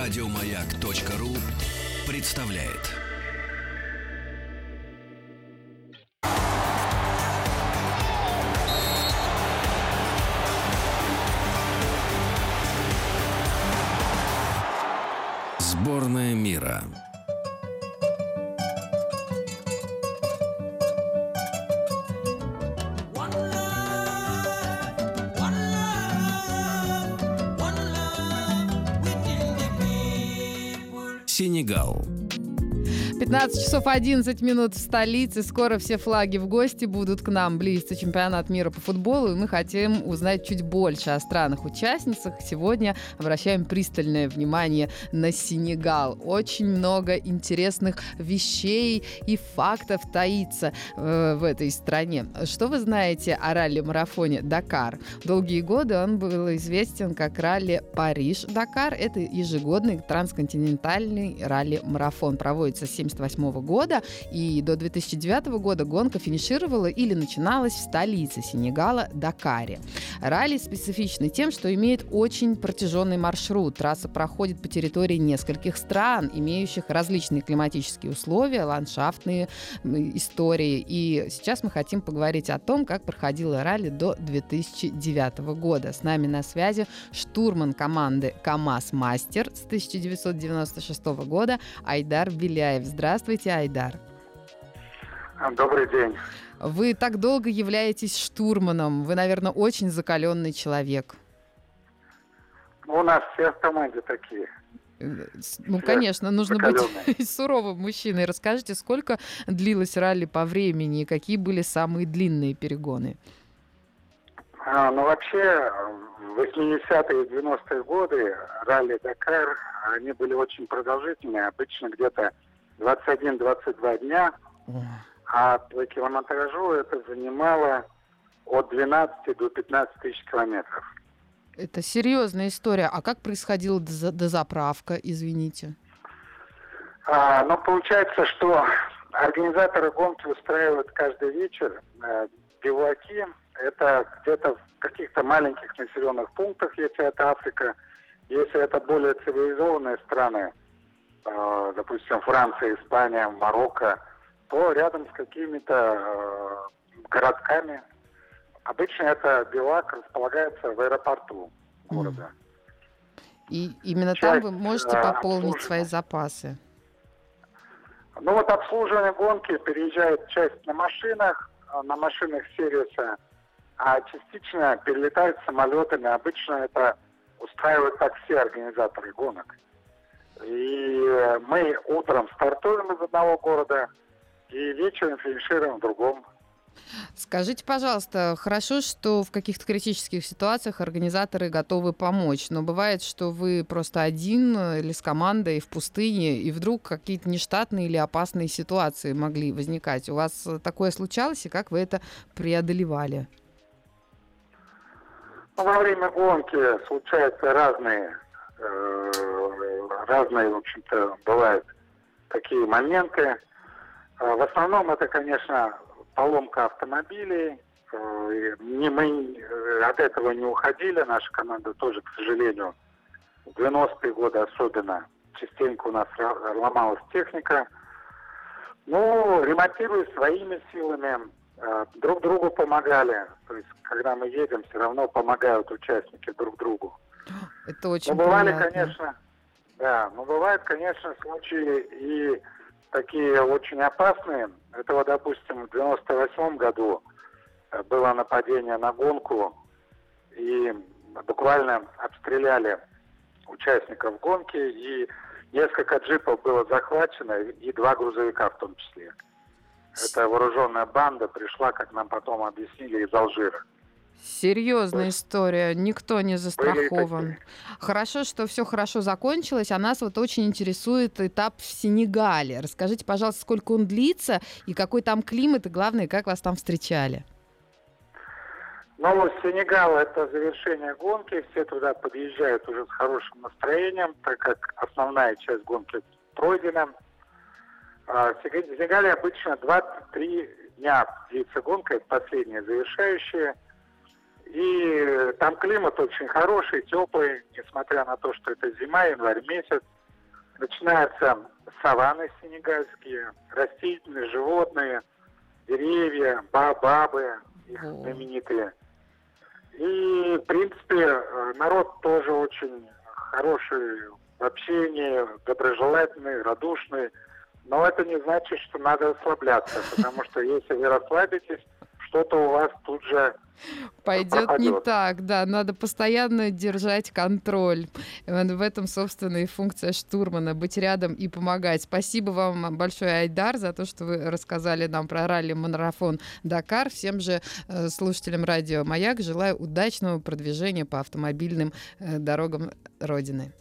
Радиомаяк.ру представляет. Сборная мира. Сенегал. 15 часов 11 минут в столице. Скоро все флаги в гости будут к нам. Близится чемпионат мира по футболу, и мы хотим узнать чуть больше о странах-участницах. Сегодня обращаем пристальное внимание на Сенегал. Очень много интересных вещей и фактов таится в этой стране. Что вы знаете о ралли-марафоне «Дакар»? Долгие годы он был известен как ралли «Париж-Дакар». Это ежегодный трансконтинентальный ралли-марафон. Проводится с 1978 года, и до 2009 года гонка финишировала или начиналась в столице Сенегала Дакаре. Ралли специфичны тем, что имеет очень протяженный маршрут. Трасса проходит по территории нескольких стран, имеющих различные климатические условия, ландшафтные истории. И сейчас мы хотим поговорить о том, как проходило ралли до 2009 года. С нами на связи штурман команды КамАЗ-Мастер с 1996 года Айдар Беляев. Здравствуйте, Айдар. Добрый день. Вы так долго являетесь штурманом. Вы, наверное, очень закаленный человек. У нас все в команде такие. Ну, конечно, нужно быть суровым мужчиной. Расскажите, сколько длилось ралли по времени и какие были самые длинные перегоны? Вообще, в 80-е и 90-е годы ралли Дакар, они были очень продолжительные, обычно где-то 21-22 дня, а по километражу это занимало от 12 до 15 тысяч километров. Это серьезная история. А как происходила дозаправка, извините? Получается, что организаторы гонки устраивают каждый вечер биваки. Это где-то в каких-то маленьких населенных пунктах, если это Африка. Если это более цивилизованные страны, допустим, Франция, Испания, Марокко, то рядом с какими-то городками. Обычно это бивак располагается в аэропорту города. И именно там вы можете пополнить свои запасы? Обслуживание гонки переезжает часть на машинах сервиса, а частично перелетают самолетами. Обычно это устраивают так все организаторы гонок. И мы утром стартуем из одного города и вечером финишируем в другом. Скажите, пожалуйста, хорошо, что в каких-то критических ситуациях организаторы готовы помочь, но бывает, что вы просто один или с командой в пустыне, и вдруг какие-то нештатные или опасные ситуации могли возникать. У вас такое случалось, и как вы это преодолевали? Во время гонки случаются разные, в общем-то, бывают такие моменты. В основном это, конечно, поломка автомобилей. Мы от этого не уходили. Наша команда тоже, к сожалению, в 90-е годы особенно частенько у нас ломалась техника. Ремонтируя своими силами, друг другу помогали. То есть, когда мы едем, все равно помогают участники друг другу. Это очень приятно. Бывают, конечно, случаи и такие очень опасные. Это допустим, в 98 году было нападение на гонку, и буквально обстреляли участников гонки, и несколько джипов было захвачено, и 2 грузовика в том числе. Эта вооруженная банда пришла, как нам потом объяснили, из Алжира. Серьезная история, никто не застрахован. Хорошо, что все хорошо закончилось, а нас очень интересует этап в Сенегале. Расскажите, пожалуйста, сколько он длится, и какой там климат, и главное, как вас там встречали? Сенегал — это завершение гонки, все туда подъезжают уже с хорошим настроением, так как основная часть гонки пройдена. В Сенегале обычно 23 дня длится гонка, это последняя завершающая. И Там климат очень хороший, теплый, несмотря на то, что это зима, январь месяц. Начинаются саванны сенегальские, растительные, животные, деревья, баобабы, их знаменитые. И, в принципе, народ тоже очень хороший в общении, доброжелательный, радушный. Но это не значит, что надо расслабляться, потому что если вы расслабитесь, что-то у вас тут же пойдет пропадет. не так, да, надо постоянно держать контроль. В этом, собственно, и функция штурмана — быть рядом и помогать. Спасибо вам большое, Айдар, за то, что вы рассказали нам про ралли-марафон Дакар. Всем же слушателям радио «Маяк» желаю удачного продвижения по автомобильным дорогам Родины.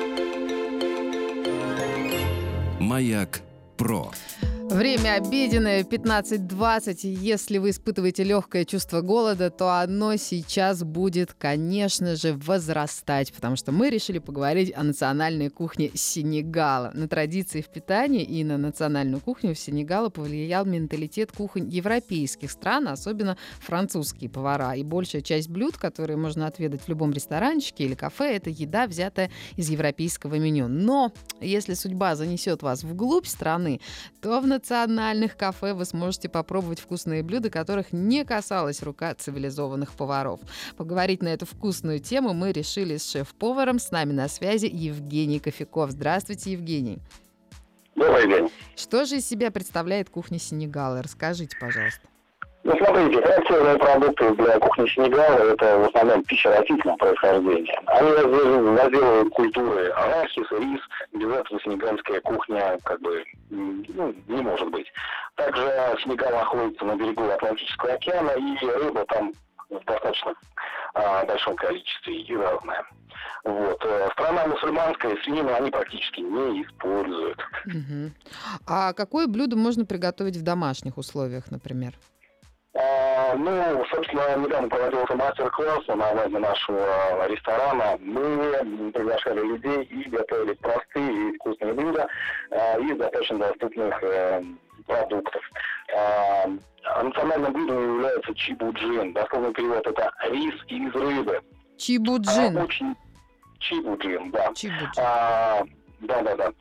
«Маяк Про». Время обеденное, 15:20. Если вы испытываете легкое чувство голода, то оно сейчас будет, конечно же, возрастать, потому что мы решили поговорить о национальной кухне Сенегала. На традиции в питании и на национальную кухню в Сенегала повлиял менталитет кухонь европейских стран, особенно французские повара. И большая часть блюд, которые можно отведать в любом ресторанчике или кафе, это еда, взятая из европейского меню. Но если судьба занесет вас вглубь страны, то в национальных кафе вы сможете попробовать вкусные блюда, которых не касалась рука цивилизованных поваров. Поговорить на эту вкусную тему мы решили с шеф-поваром. С нами на связи Евгений Кофяков. Здравствуйте, Евгений. Добрый день. Что же из себя представляет кухня Сенегала? Расскажите, пожалуйста. Ну, смотрите, характерные продукты для кухни Сенегала — это в основном пища растительного происхождения. Они возделывают культуры арахис, рис. Без этого сенегальская кухня не может быть. Также Сенегал находится на берегу Атлантического океана, и рыба там в достаточно большом количестве и разная. Вот. Страна мусульманская, свинину они практически не используют. Угу. А какое блюдо можно приготовить в домашних условиях, например? Собственно, недавно проводился мастер-класс на базе нашего ресторана. Мы приглашали людей и готовили простые и вкусные блюда из достаточно доступных продуктов. Национальным блюдом является чибуджин. Дословный перевод — это рис из рыбы. Чибуджин. Чибуджин, да. Чибуджин. Да.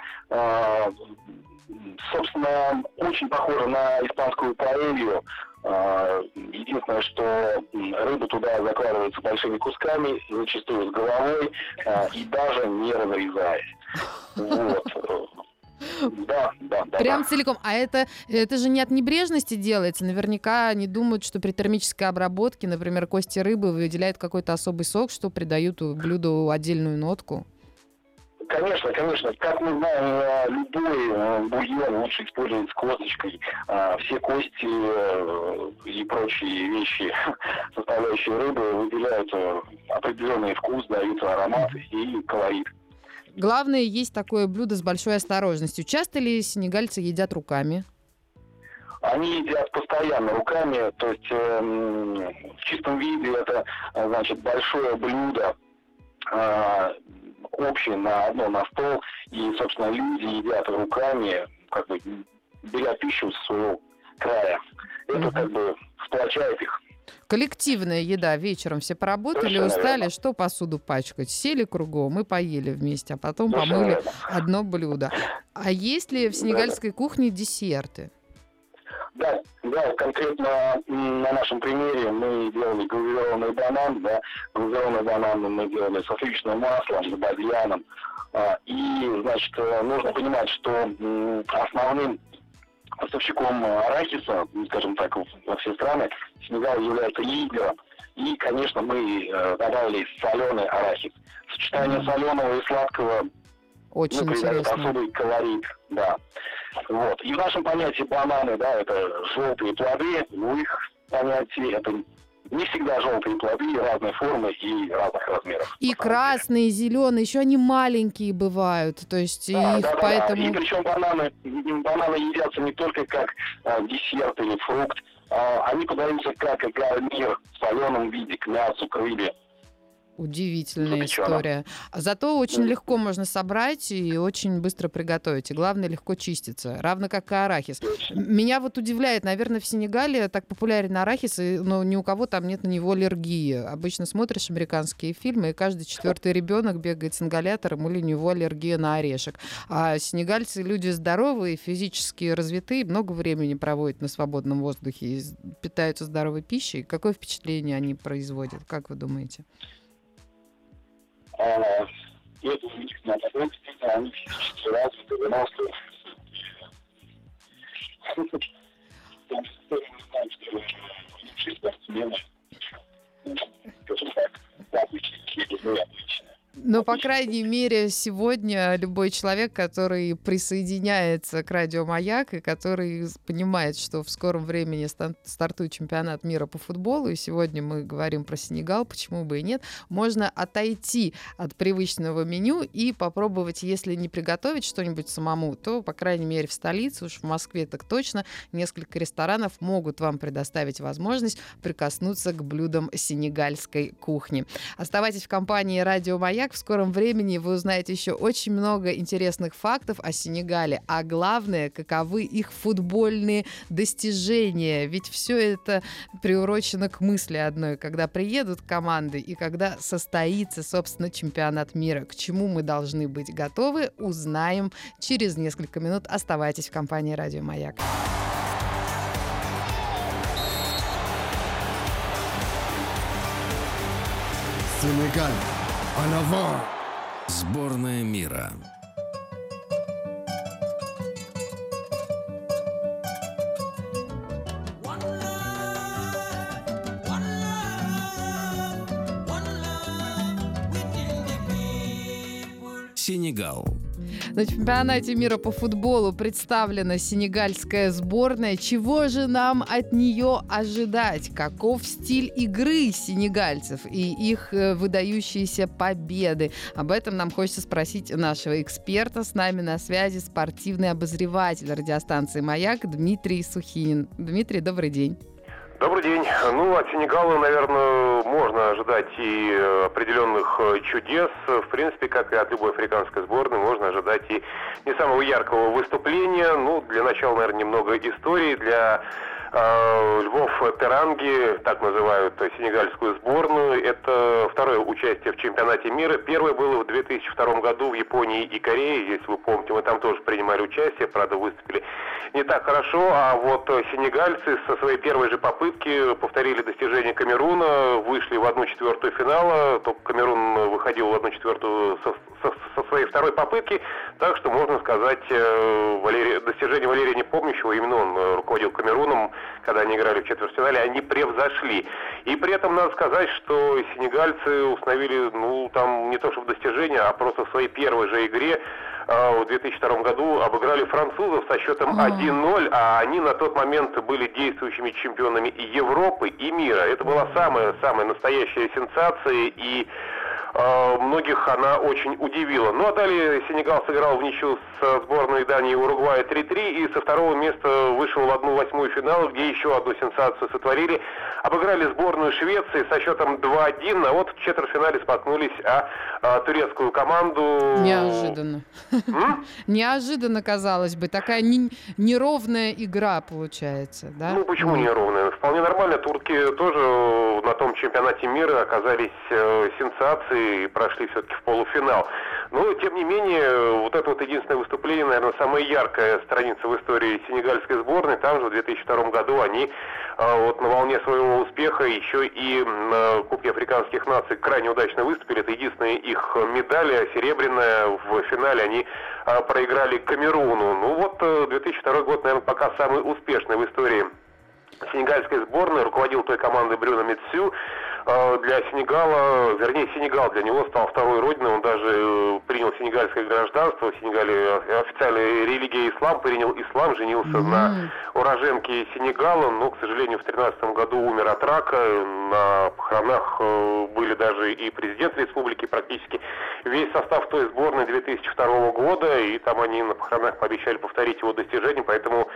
Собственно, очень похоже на испанскую паэлью. Единственное, что рыба туда закладывается большими кусками, зачастую с головой, и даже не разрезаясь. Вот. Да. Прям целиком. А это же не от небрежности делается. Наверняка они думают, что при термической обработке, например, кости рыбы выделяют какой-то особый сок, что придают блюду отдельную нотку. Конечно. Как мы знаем, любой бульон лучше использовать с косточкой. Все кости и прочие вещи, составляющие рыбы, выделяют определенный вкус, дают аромат и колорит. Главное, есть такое блюдо с большой осторожностью. Часто ли сенегальцы едят руками? Они едят постоянно руками, то есть в чистом виде это, большое блюдо, общее на стол, и, собственно, люди едят руками, беря пищу с своего края. Это сплочает их. Коллективная еда. Вечером все поработали, Совершенно устали, верно. что посуду пачкать? Сели кругом и поели вместе, а потом Совершенно помыли верно. одно блюдо. А есть ли в сенегальской кухне десерты? Да, конкретно на нашем примере мы делали глазированный банан, глазированный банан мы делали со сливочным маслом, с бадьяном. И, нужно понимать, что основным поставщиком арахиса, скажем так, во все страны, Сенегал является лидером. И, конечно, мы добавили соленый арахис. Сочетание соленого и сладкого Очень придает интересно. особый колорит, да. Вот. И в нашем понятии бананы, это желтые плоды, в их понятии это не всегда желтые плоды, разной формы и разных размеров. И красные, и зеленые, еще они маленькие бывают, то есть их поэтому... И причем бананы едятся не только как десерт или фрукт, они подаются как гарнир в соленом виде к мясу, к рыбе. Удивительная запечённым. история. Зато очень легко можно собрать и очень быстро приготовить. И главное, легко чистится. Равно как и арахис. Меня вот удивляет, наверное, в Сенегале так популярен арахис, но ни у кого там нет на него аллергии. Обычно смотришь американские фильмы, и каждый 4-й ребенок бегает с ингалятором, или у него аллергия на орешек. А сенегальцы люди здоровые, физически развитые, много времени проводят на свободном воздухе и питаются здоровой пищей. Какое впечатление они производят? Как вы думаете? И это удивительно, потому что они физически развиты, выносливы. Мы знаем, что лучшие спортсмены, скажем так, обычные, обычные. Но, по крайней мере, сегодня любой человек, который присоединяется к радио «Маяк» и который понимает, что в скором времени стартует чемпионат мира по футболу, и сегодня мы говорим про Сенегал, почему бы и нет, можно отойти от привычного меню и попробовать, если не приготовить что-нибудь самому, то, по крайней мере, в столице, уж в Москве так точно, несколько ресторанов могут вам предоставить возможность прикоснуться к блюдам сенегальской кухни. Оставайтесь в компании радио «Маяк». В скором времени вы узнаете еще очень много интересных фактов о Сенегале, а главное, каковы их футбольные достижения. Ведь все это приурочено к мысли одной, когда приедут команды и когда состоится, собственно, чемпионат мира. К чему мы должны быть готовы, узнаем через несколько минут. Оставайтесь в компании радио «Маяк». Сенегаль. En avant! Сборная мира. Сенегал. На чемпионате мира по футболу представлена сенегальская сборная. Чего же нам от нее ожидать? Каков стиль игры сенегальцев и их выдающиеся победы? Об этом нам хочется спросить нашего эксперта. С нами на связи спортивный обозреватель радиостанции «Маяк» Дмитрий Сухинин. Дмитрий, добрый день. Добрый день. Ну, от Сенегала, наверное, можно ожидать и определенных чудес. В принципе, как и от любой африканской сборной, можно ожидать и не самого яркого выступления. Ну, для начала, наверное, немного истории. Для Львов Теранги, так называют сенегальскую сборную, это второе участие в чемпионате мира. Первое было в 2002 году в Японии и Корее, если вы помните, мы там тоже принимали участие, правда, выступили не так хорошо, а вот сенегальцы со своей первой же попытки повторили достижения Камеруна, вышли в 1/4 финала, только Камерун выходил в 1/4 со своей второй попытки, так что можно сказать, достижение Валерия Непомнящего, именно он руководил Камеруном, когда они играли в четвертьфинале, они превзошли. И при этом надо сказать, что сенегальцы установили, ну, там не то чтобы достижения, а просто в своей первой же игре в 2002 году обыграли французов со счетом 1-0, а они на тот момент были действующими чемпионами и Европы, и мира. Это была самая настоящая сенсация, и многих она очень удивила. Ну а далее Сенегал сыграл в ничью с сборной Дании и Уругвая 3-3 и со второго места вышел в 1/8 финала, где еще одну сенсацию сотворили. Обыграли сборную Швеции со счетом 2-1, а вот в четвертьфинале споткнулись о турецкую команду. Неожиданно. Неожиданно, казалось бы. Такая неровная игра получается, да? Ну, почему неровная? Вполне нормально. Турки тоже на том чемпионате мира оказались сенсацией и прошли все-таки в полуфинал. Но, тем не менее, вот это вот единственное выступление, наверное, самая яркая страница в истории сенегальской сборной. Там же в 2002 году они вот на волне своего успеха еще и на Кубке африканских наций крайне удачно выступили. Это единственная их медаль, серебряная. В финале они проиграли Камеруну. Ну вот 2002 год, наверное, пока самый успешный в истории сенегальской сборной. Руководил той командой Брюно Метсю. Для Сенегала, вернее, Сенегал для него стал второй родиной, он даже принял сенегальское гражданство, в Сенегале официальная религия ислам, принял ислам, женился на уроженке Сенегала, но, к сожалению, в 2013 году умер от рака, на похоронах были даже и президент республики, практически весь состав той сборной 2002 года, и там они на похоронах пообещали повторить его достижения, поэтому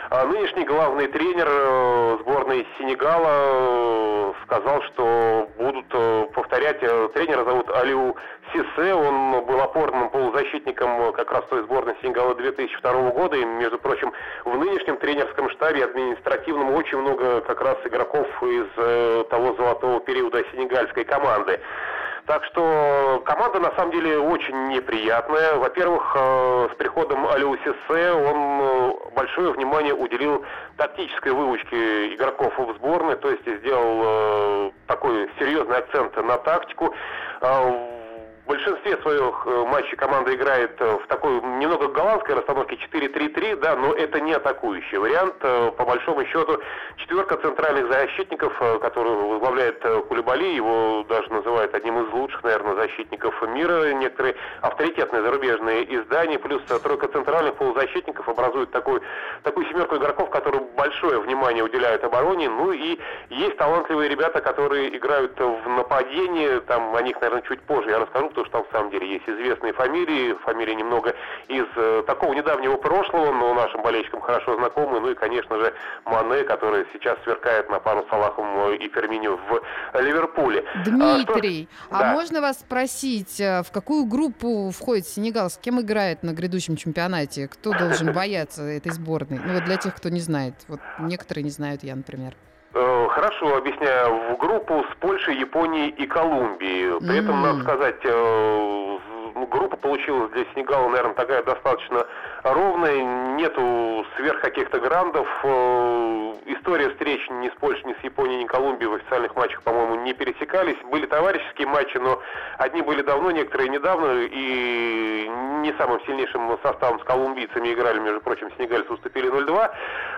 Нынешний главный тренер сборной Сенегала сказал, что будут повторять. Тренера зовут Алиу Сиссе, он был опорным полузащитником как раз той сборной Сенегала 2002 года. И, между прочим, в нынешнем тренерском штабе административном очень много как раз игроков из того золотого периода сенегальской команды. Так что команда на самом деле очень неприятная. Во-первых, с приходом Алиу Сиссе он большое внимание уделил тактической выучке игроков в сборной, то есть сделал такой серьезный акцент на тактику. В большинстве своих матчей команда играет в такой немного голландской расстановке 4-3-3, да, но это не атакующий вариант. По большому счету, четверка центральных защитников, которую возглавляет Кулибали, его даже называют одним из лучших, наверное, защитников мира. Некоторые авторитетные зарубежные издания, плюс тройка центральных полузащитников образуют такую семерку игроков, которые большое внимание уделяют обороне. Ну и есть талантливые ребята, которые играют в нападении. Там о них, наверное, чуть позже я расскажу, потому что там в самом деле есть известные фамилии немного из такого недавнего прошлого, но нашим болельщикам хорошо знакомы. Ну и, конечно же, Мане, который сейчас сверкает на пару с Салахом и Ферминьо в Ливерпуле. Дмитрий, Да. можно вас спросить, в какую группу входит Сенегал, с кем играет на грядущем чемпионате? Кто должен бояться этой сборной? Ну вот для тех, кто не знает. Вот некоторые не знают, я, например. Хорошо, объясняю. В группу с Польшей, Японией и Колумбией. При этом, надо сказать, группа получилась для Сенегала, наверное, такая достаточно ровная. Нету сверх каких-то грандов. История встреч ни с Польшей, ни с Японией, ни с Колумбией в официальных матчах, по-моему, не пересекались. Были товарищеские матчи, но одни были давно, некоторые недавно. И не самым сильнейшим составом с колумбийцами играли, между прочим, сенегальцы уступили 0-2.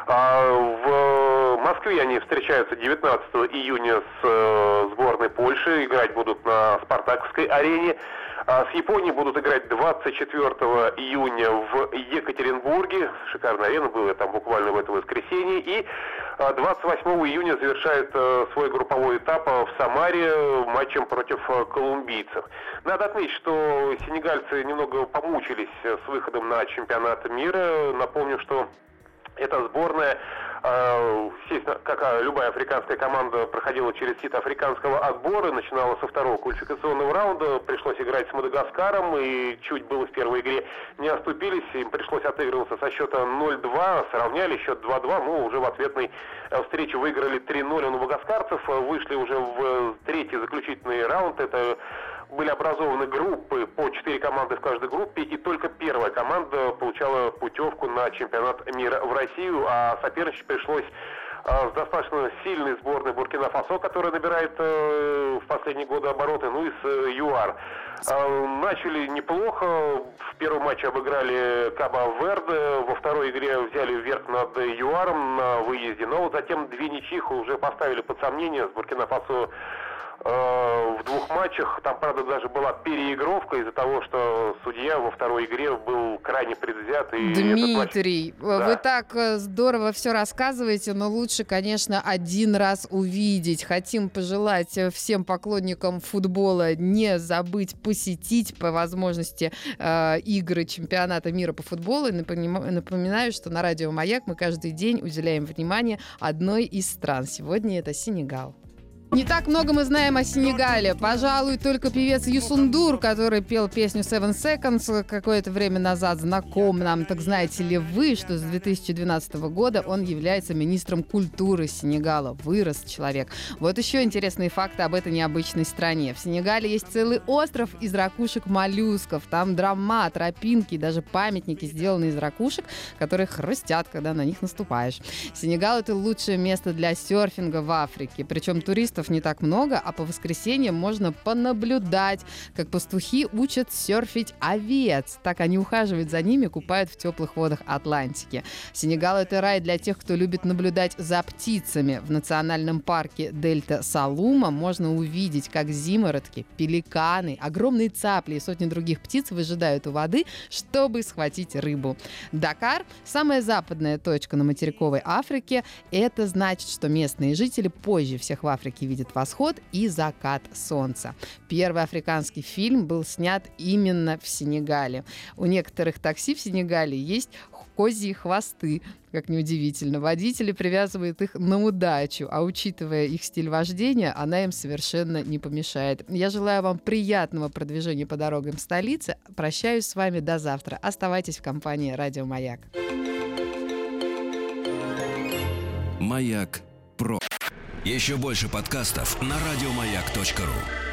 В Москве они встречаются 19 июня с сборной Польши. Играть будут на Спартаковской арене. С Японией будут играть 24 июня в Екатеринбурге. Шикарная арена была там буквально в это воскресенье. И 28 июня завершает свой групповой этап в Самаре матчем против колумбийцев. Надо отметить, что сенегальцы немного помучились с выходом на чемпионат мира. Напомню, что эта сборная, естественно, как любая африканская команда, проходила через сито африканского отбора, начинала со второго квалификационного раунда, пришлось играть с Мадагаскаром, и чуть было в первой игре не оступились, им пришлось отыгрываться со счета 0-2, сравняли счет 2-2, но уже в ответной встрече выиграли 3-0 у мадагаскарцев, вышли уже в третий заключительный раунд. Это были образованы группы по 4 команды в каждой группе, и только первая команда получала путевку на чемпионат мира в Россию, а соперничать пришлось с достаточно сильной сборной Буркина-Фасо, которая набирает в последние годы обороты, ну и с ЮАР. Начали неплохо. В первом матче обыграли Кабо-Верде, во второй игре взяли вверх над ЮАРом на выезде, но вот затем две ничьих уже поставили под сомнение. С Буркина-Фасо в двух матчах. Там, правда, даже была переигровка из-за того, что судья во второй игре был крайне предвзят. И Дмитрий, матч... вы так здорово все рассказываете, но лучше, конечно, один раз увидеть. Хотим пожелать всем поклонникам футбола не забыть посетить по возможности игры чемпионата мира по футболу. И напоминаю, что на радио «Маяк» мы каждый день уделяем внимание одной из стран. Сегодня это Сенегал. Не так много мы знаем о Сенегале. Пожалуй, только певец Юсундур, который пел песню Seven Seconds какое-то время назад, знаком нам. Так знаете ли вы, что с 2012 года он является министром культуры Сенегала? Вырос человек. Вот еще интересные факты об этой необычной стране. В Сенегале есть целый остров из ракушек моллюсков. Там драма, тропинки, даже памятники сделаны из ракушек, которые хрустят, когда на них наступаешь. Сенегал — это лучшее место для серфинга в Африке. Причем туристов не так много, а по воскресеньям можно понаблюдать, как пастухи учат серфить овец. Так они ухаживают за ними, купают в теплых водах Атлантики. Сенегал — это рай для тех, кто любит наблюдать за птицами. В национальном парке Дельта Салума можно увидеть, как зимородки, пеликаны, огромные цапли и сотни других птиц выжидают у воды, чтобы схватить рыбу. Дакар — самая западная точка на материковой Африке. Это значит, что местные жители позже всех в Африке видят восход и закат солнца. Первый африканский фильм был снят именно в Сенегале. У некоторых такси в Сенегале есть козьи хвосты, как неудивительно. Водители привязывают их на удачу, а учитывая их стиль вождения, она им совершенно не помешает. Я желаю вам приятного продвижения по дорогам столицы. Прощаюсь с вами до завтра. Оставайтесь в компании «Радио Маяк». Маяк Про. Еще больше подкастов на радиомаяк.ру.